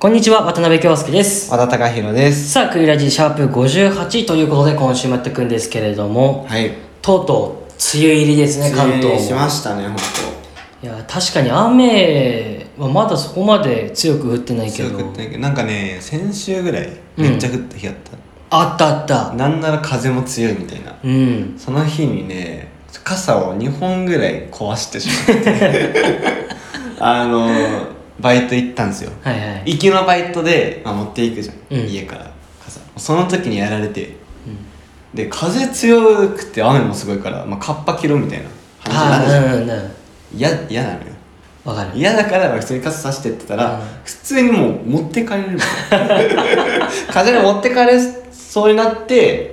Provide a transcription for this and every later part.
こんにちは、渡辺京介です。 和田貴弘です。 さあ、クイラジシャープ58ということで今週もやっていくんですけれども、 はい。 とうとう梅雨入りですね、関東も。 梅雨入りしましたね、本いや、確かに雨はまだそこまで強く降ってない当。 けど。 強く降ってないけど、なんかね、先週ぐらいめっちゃ降った日あった。 あったあった。 なんなら風も強いみたいな。 うん。 その日にね、傘を2本ぐらい壊してしまってバイト行ったんですよ。 はいはい。 行きのバイトで、持っていくじゃん、 うん家から傘。その時にやられて、で風強くて雨もすごいから、カッパ着ろみたいな話になるじゃん。嫌なのよ。 わかる。 嫌だから普通に傘さしてって言ったら、普通にもう持ってかれる風で持ってかれそうになって、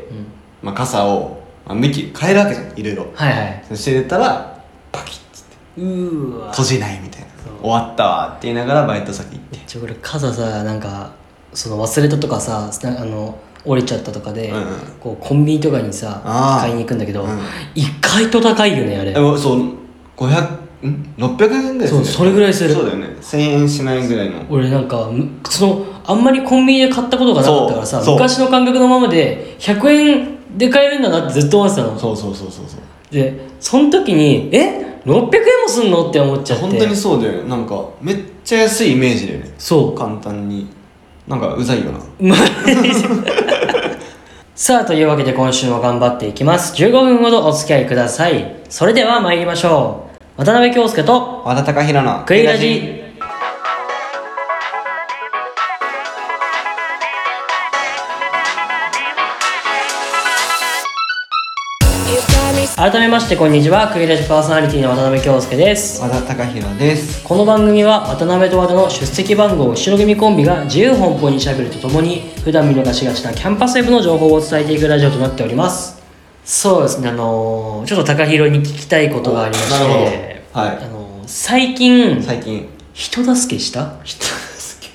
傘を向き変えるわけじゃん、いろいろ。 はいはい。 そしてたらパキッつって閉じないみたいな、終わったわって言いながらバイト先行って、 これ傘さ、なんかその忘れたとかさ、折れちゃったとかで、こうコンビニとかにさ買いに行くんだけど、意外と高いよね、あれ。 そう600円ぐらいする、ね、 それぐらいする。 そうだよね、1000円しないぐらいの。 俺なんかあんまりコンビニで買ったことがなかったからさ、昔の感覚のままで100円で買えるんだなってずっと思ってたの。 そうでその時に600円もすんのって思っちゃって。 本当にそうだよね。なんかめっちゃ安いイメージだよね。 そう簡単になんかうざいよなさあ、というわけで今週も頑張っていきます。15分ほどお付き合いください。それでは参りましょう。渡辺京介と和田貴弘のクイラジ。改めましてこんにちは、クイラジパーソナリティの渡辺京介です。 和田貴弘です。 この番組は渡辺と和田の出席番号後ろ組コンビが自由奔放にしゃべるとともに、普段見逃しがちなキャンパスウェブの情報を伝えていくラジオとなっております。そうですね、ちょっと貴弘に聞きたいことがありまして、 はい、 最近人助けした？ 人助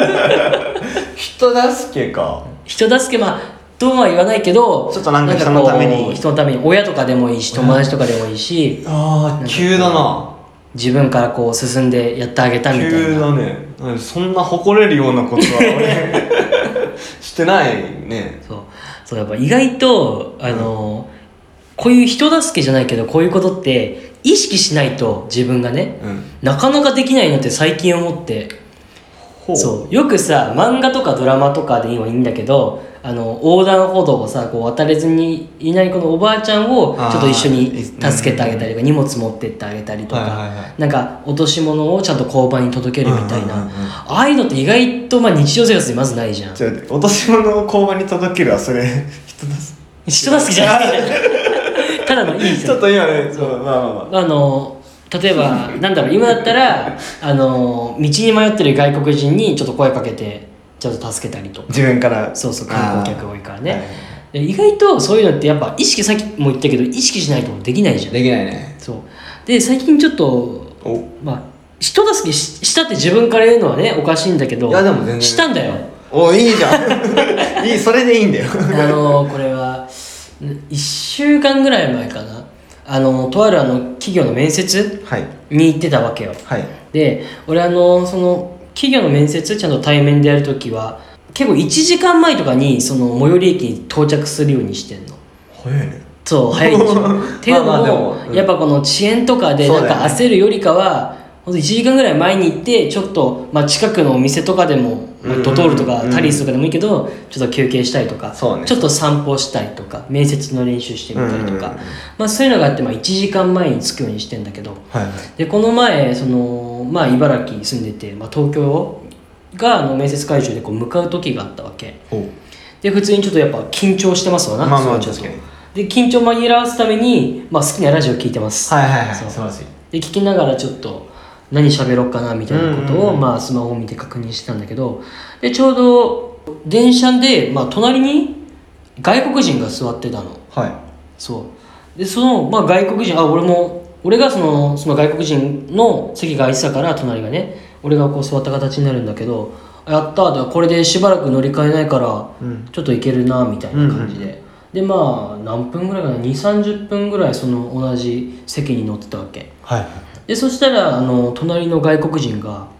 けか。 人助け、とは言わないけど、 ちょっとなんか人のために親とかでもいいし、友達とかでもいいし、 急だな。 自分からこう進んでやってあげたみたいな。 急だね。そんな誇れるようなことは俺してないね。 そうやっぱ意外とこういう人助けじゃないけど、こういうことって意識しないと自分がね、なかなかできないなって最近思って。そうよくさ、漫画とかドラマとかで今いいんだけど、横断歩道をさこう渡れずにいないこのおばあちゃんをちょっと一緒に助けてあげたりとか、荷物持ってってあげたりとか、なんか落とし物をちゃんと交番に届けるみたいな、ああいうのって意外と日常生活にまずないじゃん。 落とし物を交番に届けるはそれ人助けじゃないただのいい人。 ちょっと今ね、 例えば今だったら道に迷ってる外国人にちょっと声かけてちょっと助けたりとか、 自分から。 そう観光客多いからね、で意外とそういうのってやっぱさっきも言ったけど意識しないとできないじゃん。 できないね。 そうで最近ちょっと人助けしたって自分から言うのはねおかしいんだけど、 いやでも全然したんだよ。 いいじゃんいい、それでいいんだよこれは1週間ぐらい前かな、とある企業の面接に行ってたわけよ、で俺その企業の面接ちゃんと対面でやるときは結構1時間前とかにその最寄り駅に到着するようにしてんの。 早いね。 そう早いでしょっていうのも、やっぱこの遅延とかでなんか焦るよりかは、ほんと1時間ぐらい前に行ってちょっと、近くのお店とかでもドトールとかタリスとかでもいいけどちょっと休憩したりとか、ちょっと散歩したりとか面接の練習してみたりとか、そういうのがあって、1時間前に着くようにしてんだけど、でこの前茨城に住んでて、東京が面接会場でこう向かう時があったわけで、普通にちょっとやっぱ緊張してますわな。で緊張紛らわすために、好きなラジオ聞いてます。 素晴らしい。 で聞きながらちょっと何喋ろうかなみたいなことを、スマホを見て確認してたんだけど、でちょうど電車で、隣に外国人が座ってたの。そうでその、外国人俺がその外国人の席が空いてたから、隣がね俺がこう座った形になるんだけど、やったー、これでしばらく乗り換えないから、ちょっといけるなみたいな感じで、で何分ぐらいかな、2、30分ぐらいその同じ席に乗ってたわけ。でそしたら隣の外国人が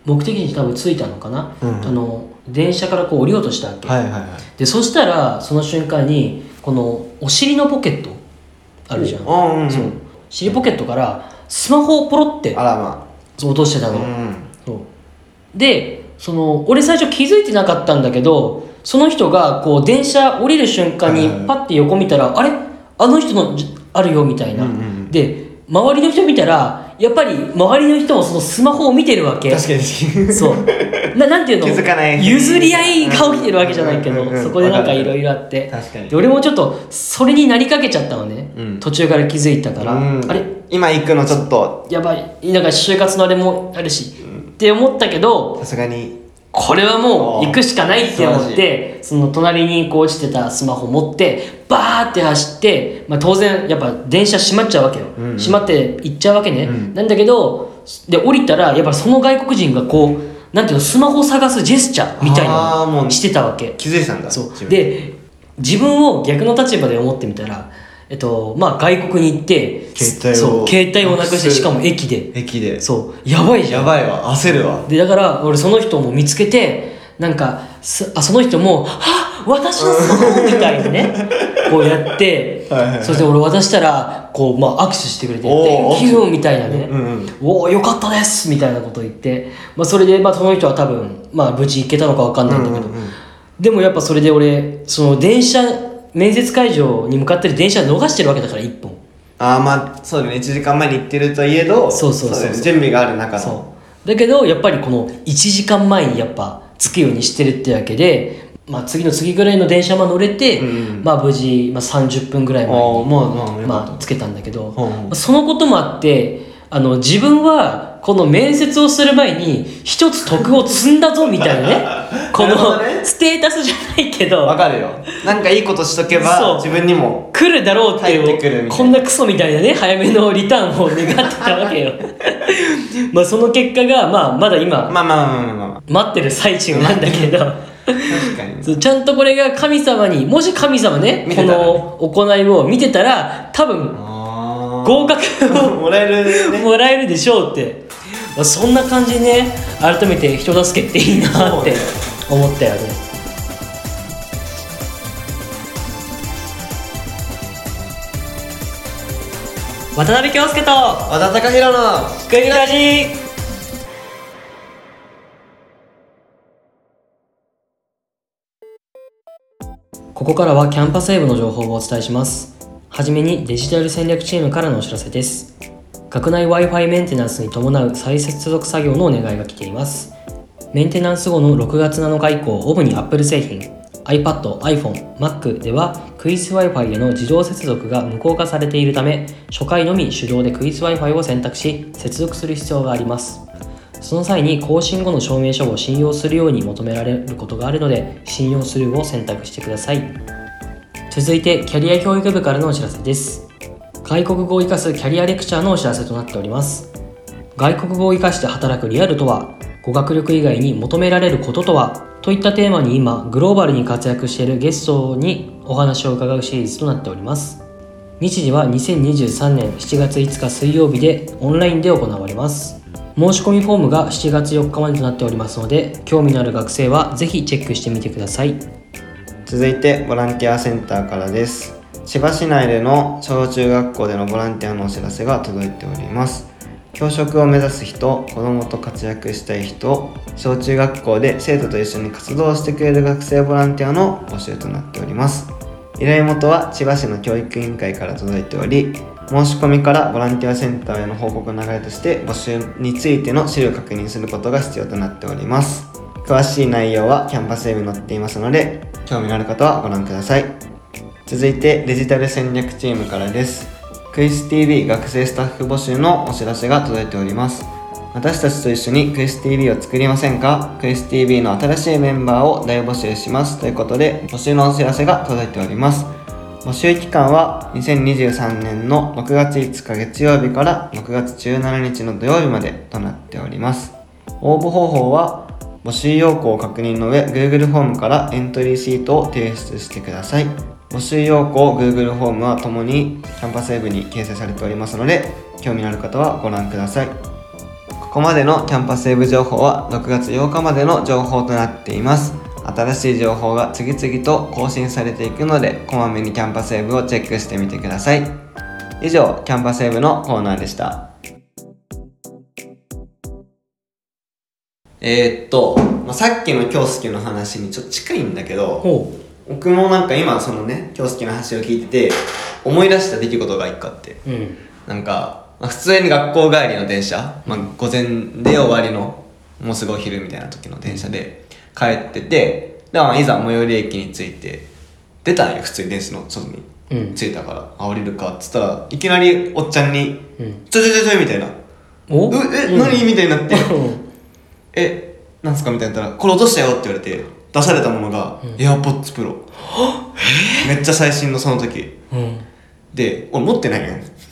目的地に多分着いたのかな、電車からこう降りようとしたわけ、でそしたらその瞬間にこのお尻のポケットあるじゃん、そう尻ポケットからスマホをポロって落としてたの、そうで俺最初気づいてなかったんだけど、その人がこう電車降りる瞬間にパッて横見たら、あれあの人のあるよみたいな、で周りの人見たらやっぱり周りの人もそのスマホを見てるわけ。 確かにそうなんていうの、 気づかない譲り合いが起きてるわけじゃないけど、そこでなんかいろいろあって、 確かにで俺もちょっとそれになりかけちゃったのね、途中から気づいたから、あれ今行くのちょっとやばい、なんか就活のあれもあるし、って思ったけど、 さすがにこれはもう行くしかないって思って、その隣にこう落ちてたスマホ持ってバーって走って、当然やっぱ電車閉まっちゃうわけよ、閉まって行っちゃうわけね、なんだけどで降りたらやっぱその外国人がこうなんていうの、スマホを探すジェスチャーみたいなのしてたわけ。 気づいてたんだ。 そうで自分を逆の立場で思ってみたら、外国に行って携帯をなくして、しかも駅でそうやばいじゃん。 やばいわ、焦るわ。 でだから俺その人も見つけて、なんかその人も「はっ私のスマホ」みたいにねこうやってそして俺渡したらこう、握手してくれて「Thank you」みたいなね「おおよかったです」みたいなことを言って、それでその人は多分無事行けたのか分かんないんだけど、でもやっぱそれで俺その電車面接会場に向かってる電車逃してるわけだから1本。 そうだね、1時間前に行ってるといえど、そう準備がある中の。 だけどやっぱりこの1時間前にやっぱ着くようにしてるってわけで、次ぐらいの電車も乗れて、無事、30分ぐらい前に着けたんだけど、そのこともあって自分はこの面接をする前に一つ徳を積んだぞみたいなねこのステータスじゃないけど、 わかるよ、なんかいいことしとけば自分にも来るだろうっていう、こんなクソみたいなね早めのリターンを願ってたわけよその結果がまだ今待ってる最中なんだけど確かにちゃんとこれが神様に、もし神様ねこの行いを見てたら多分合格をもらえるでしょうって、そんな感じでね改めて人助けっていいなって思ったよね。渡辺京介と和田貴弘のクリラジ。ここからはキャンパスウェブの情報をお伝えします。はじめにデジタル戦略チームからのお知らせです。学内 Wi-Fi メンテナンスに伴う再接続作業のお願いが来ています。メンテナンス後の6月7日以降、主に Apple 製品、iPad、iPhone、Mac ではクイズ Wi-Fi への自動接続が無効化されているため、初回のみ手動でクイズ Wi-Fi を選択し、接続する必要があります。その際に更新後の証明書を信用するように求められることがあるので、信用スルーを選択してください。続いてキャリア教育部からのお知らせです。外国語を活かすキャリアレクチャーのお知らせとなっております。外国語を活かして働くリアルとは、語学力以外に求められることとはといったテーマに今グローバルに活躍しているゲストにお話を伺うシリーズとなっております。日時は2023年7月5日水曜日でオンラインで行われます。申し込みフォームが7月4日までとなっておりますので、興味のある学生はぜひチェックしてみてください。 続いてボランティアセンターからです。千葉市内での小中学校でのボランティアのお知らせが届いております。教職を目指す人、子どもと活躍したい人、小中学校で生徒と一緒に活動してくれる学生ボランティアの募集となっております。依頼元は千葉市の教育委員会から届いており、申し込みからボランティアセンターへの報告の流れとして募集についての資料を確認することが必要となっております。詳しい内容はキャンパスウェブに載っていますので、興味のある方はご覧ください。続いてデジタル戦略チームからです。クイズ TV 学生スタッフ募集のお知らせが届いております。私たちと一緒にクイズ TV を作りませんか？クイズ TV の新しいメンバーを大募集しますということで、募集のお知らせが届いております。募集期間は2023年の6月5日月曜日から6月17日の土曜日までとなっております。応募方法は募集要項を確認の上 Google フォームからエントリーシートを提出してください。募集要項、Google フォームはともにキャンパスウェブに掲載されておりますので、興味のある方はご覧ください。ここまでのキャンパスウェブ情報は6月8日までの情報となっています。新しい情報が次々と更新されていくので、こまめにキャンパスウェブをチェックしてみてください。以上、キャンパスウェブのコーナーでした。さっきの京介の話にちょっと近いんだけど、僕もなんか今そのね、京介の話を聞いてて思い出した出来事が一個あって、なんか、普通に学校帰りの電車、午前で終わりのもうすぐお昼みたいな時の電車で帰ってて、いざ最寄り駅に着いて出たんよ。普通に電車の外に着いたから、降りるかっつったらいきなりおっちゃんにちょみたいな、何みたいになってなんすかみたいな言ったら、これ落としたよって言われて出されたものがAirPods Pro、めっちゃ最新のその時、で俺持ってないのよ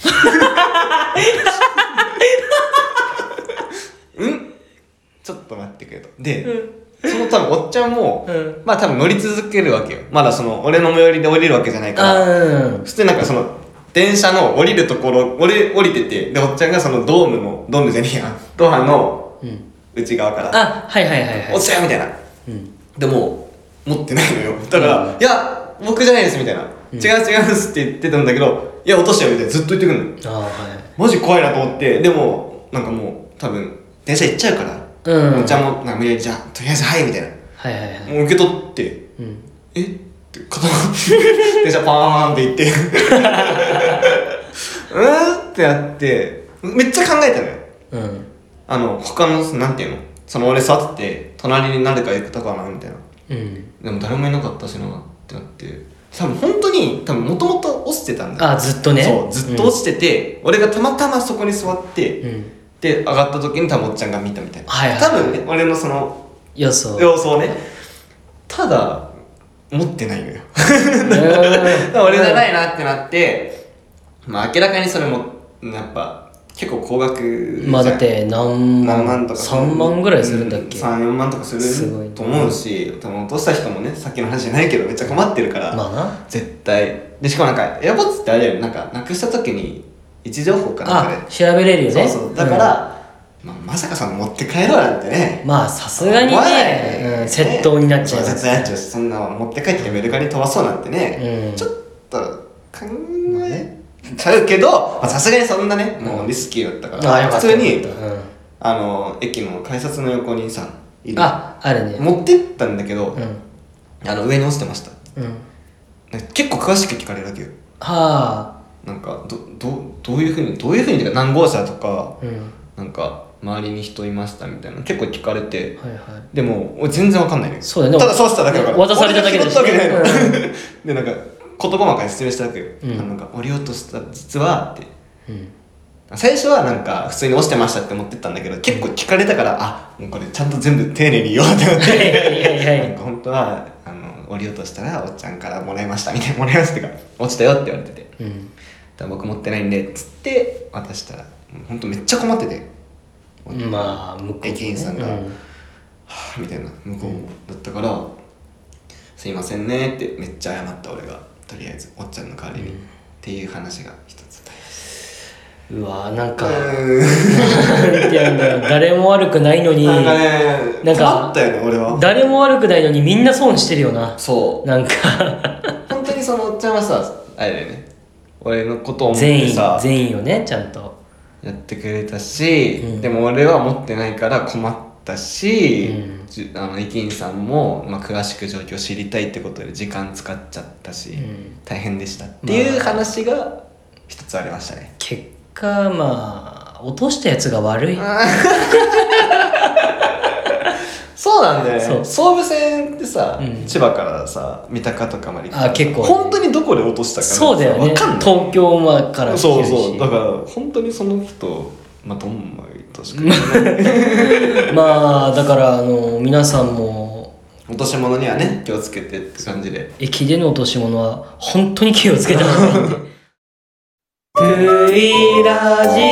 ちょっと待ってくれと。で、その多分おっちゃんも、多分乗り続けるわけよ。まだその俺の最寄りで降りるわけじゃないから、普通になんかその電車の降りるところ俺降りてて、でおっちゃんがそのドームじゃねえや、ドアの内側から落ちたよみたいな、でも持ってないのよ。だから、いや僕じゃないですみたいな、違うですって言ってたんだけど、いや落としたよみたいなずっと言ってくるのよ。マジ怖いなと思って、でもなんかもう多分電車行っちゃうから、おっちゃんもなんか無理やりじゃあとりあえずはいみたいな、もう受け取って、って固まって電車パーンって行ってってなって、めっちゃ考えたのよ。他のなんていうの、その俺座ってて隣になるか行くとかなみたいな、でも誰もいなかったしなってなって、多分本当にもともと落ちてたんだよ。 ずっとね。 そうずっと落ちてて、俺がたまたまそこに座って、で上がった時に多分おっちゃんが見たみたいな、多分ね、俺のその様子をね。ただ持ってないのよ俺じゃないなってなって、明らかにそれもやっぱ結構高額じゃん。 だって何万とか3万ぐらいするんだっけ、 3、4万とかすると思うし、多分落とした人もね、さっきの話じゃないけどめっちゃ困ってるから、絶対で。しかもなんかAirPodsってあれだよ、なんかなくした時に位置情報かなんかで調べれるよね。 そうだから、まさかその持って帰ろうなんてね、 さすがにね、窃盗になっちゃう。 窃盗になっちゃうし、そんな持って帰ってメルカリ飛ばそうなんてね、ちょっと考えちゃうけど、さすがにそんなね、もうリスキーだったから、普通に駅の改札の横にさいる、 あるね、 持ってったんだけど、上に落ちてました、結構詳しく聞かれるわけよ。なんかどういうふうにっていうか、何号車とか、なんか周りに人いましたみたいな結構聞かれて、でも俺全然わかんないね。 そうだね、 ただそうしただけだから、 渡されただけだし、 でなんか事細かに説明しただけよ、なんか降りようとした実はって、最初はなんか普通に落ちてましたって思ってたんだけど、結構聞かれたから、もうこれちゃんと全部丁寧に言おうってなってなんか本当は降りようとしたらおっちゃんからもらいましたみたいな、もらいましたってか落ちたよって言われてて、だ僕持ってないんでっつって渡したら、本当めっちゃ困ってて、駅員さんが、はぁみたいな、向こうもだったから、すいませんねってめっちゃ謝った俺が、とりあえずおっちゃんの代わりに、っていう話が一つ。 なんかなんて言うんだろう、誰も悪くないのに、 なんかね、困ったよね俺は。 誰も悪くないのにみんな損してるよな。 そうなんか本当にそのおっちゃんはさ、あれだよね、俺のことを思ってさ、 全員をね、ちゃんとやってくれたし、でも俺は持ってないから困ったし、駅員さんも、詳しく状況を知りたいってことで時間使っちゃったし、大変でしたっていう話が一つありましたね。 結果落としたやつが悪いそうなんだよね。総武線ってさ、千葉からさ三鷹とかまで行くから、 結構本当にどこで落としたかそうだよね、東京からそうだから本当にその人どんまいとしか言えないだから皆さんも落とし物にはね気をつけてって感じで、 駅での落とし物は本当に気をつけた方がいいんでトゥイラジ。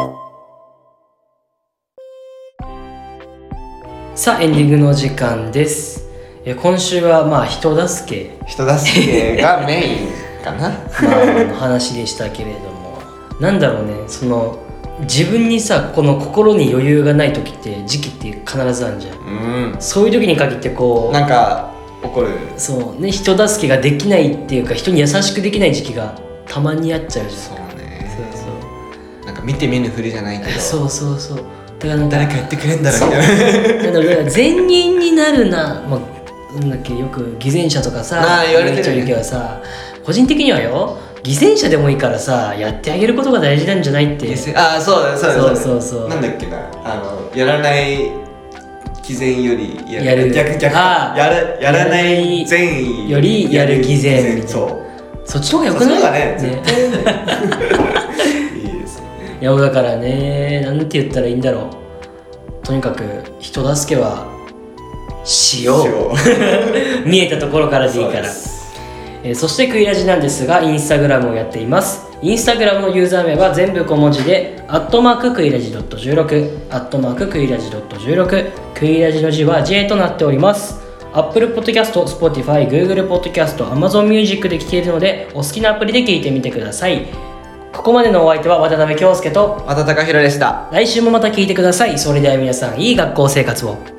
さあエンディングの時間です。今週は人助けがメインかな話でしたけれども、なんだろうね、その自分にさこの心に余裕がない時って時期って必ずあるじゃん、そういう時に限ってこうなんか起こる、 そうね、人助けができないっていうか人に優しくできない時期がたまにあっちゃうじゃん。 そうね、 そうなんか見て見ぬふりじゃないけど、 そうそうそう、だからなんか誰かやってくれんだろみたいなだから善人になるな、まあ、なんだっけよく偽善者とかさ言われてるねけどさ、個人的にはよ偽善者でもいいからさやってあげることが大事なんじゃないって。 そうだそうなんだっけな、やらない偽善よりやる逆やらない善よりやる偽善みたいな、 そうそっちの方がよくない？ そうだね、 ねいいですね。 いやだからね、なんて言ったらいいんだろう、とにかく人助けはしよう見えたところからでいいから。そしてクイラジなんですがインスタグラムをやっています。インスタグラムのユーザー名は全部小文字でクイラジ .16 クイラジ .16 クイラジの字は J となっております。 Apple Podcast、Spotify、Google Podcast、Amazon Music で聴けるのでお好きなアプリで聴いてみてください。ここまでのお相手は渡辺京介と和田貴弘でした。 来週もまた聞いてください。それでは皆さんいい学校生活を。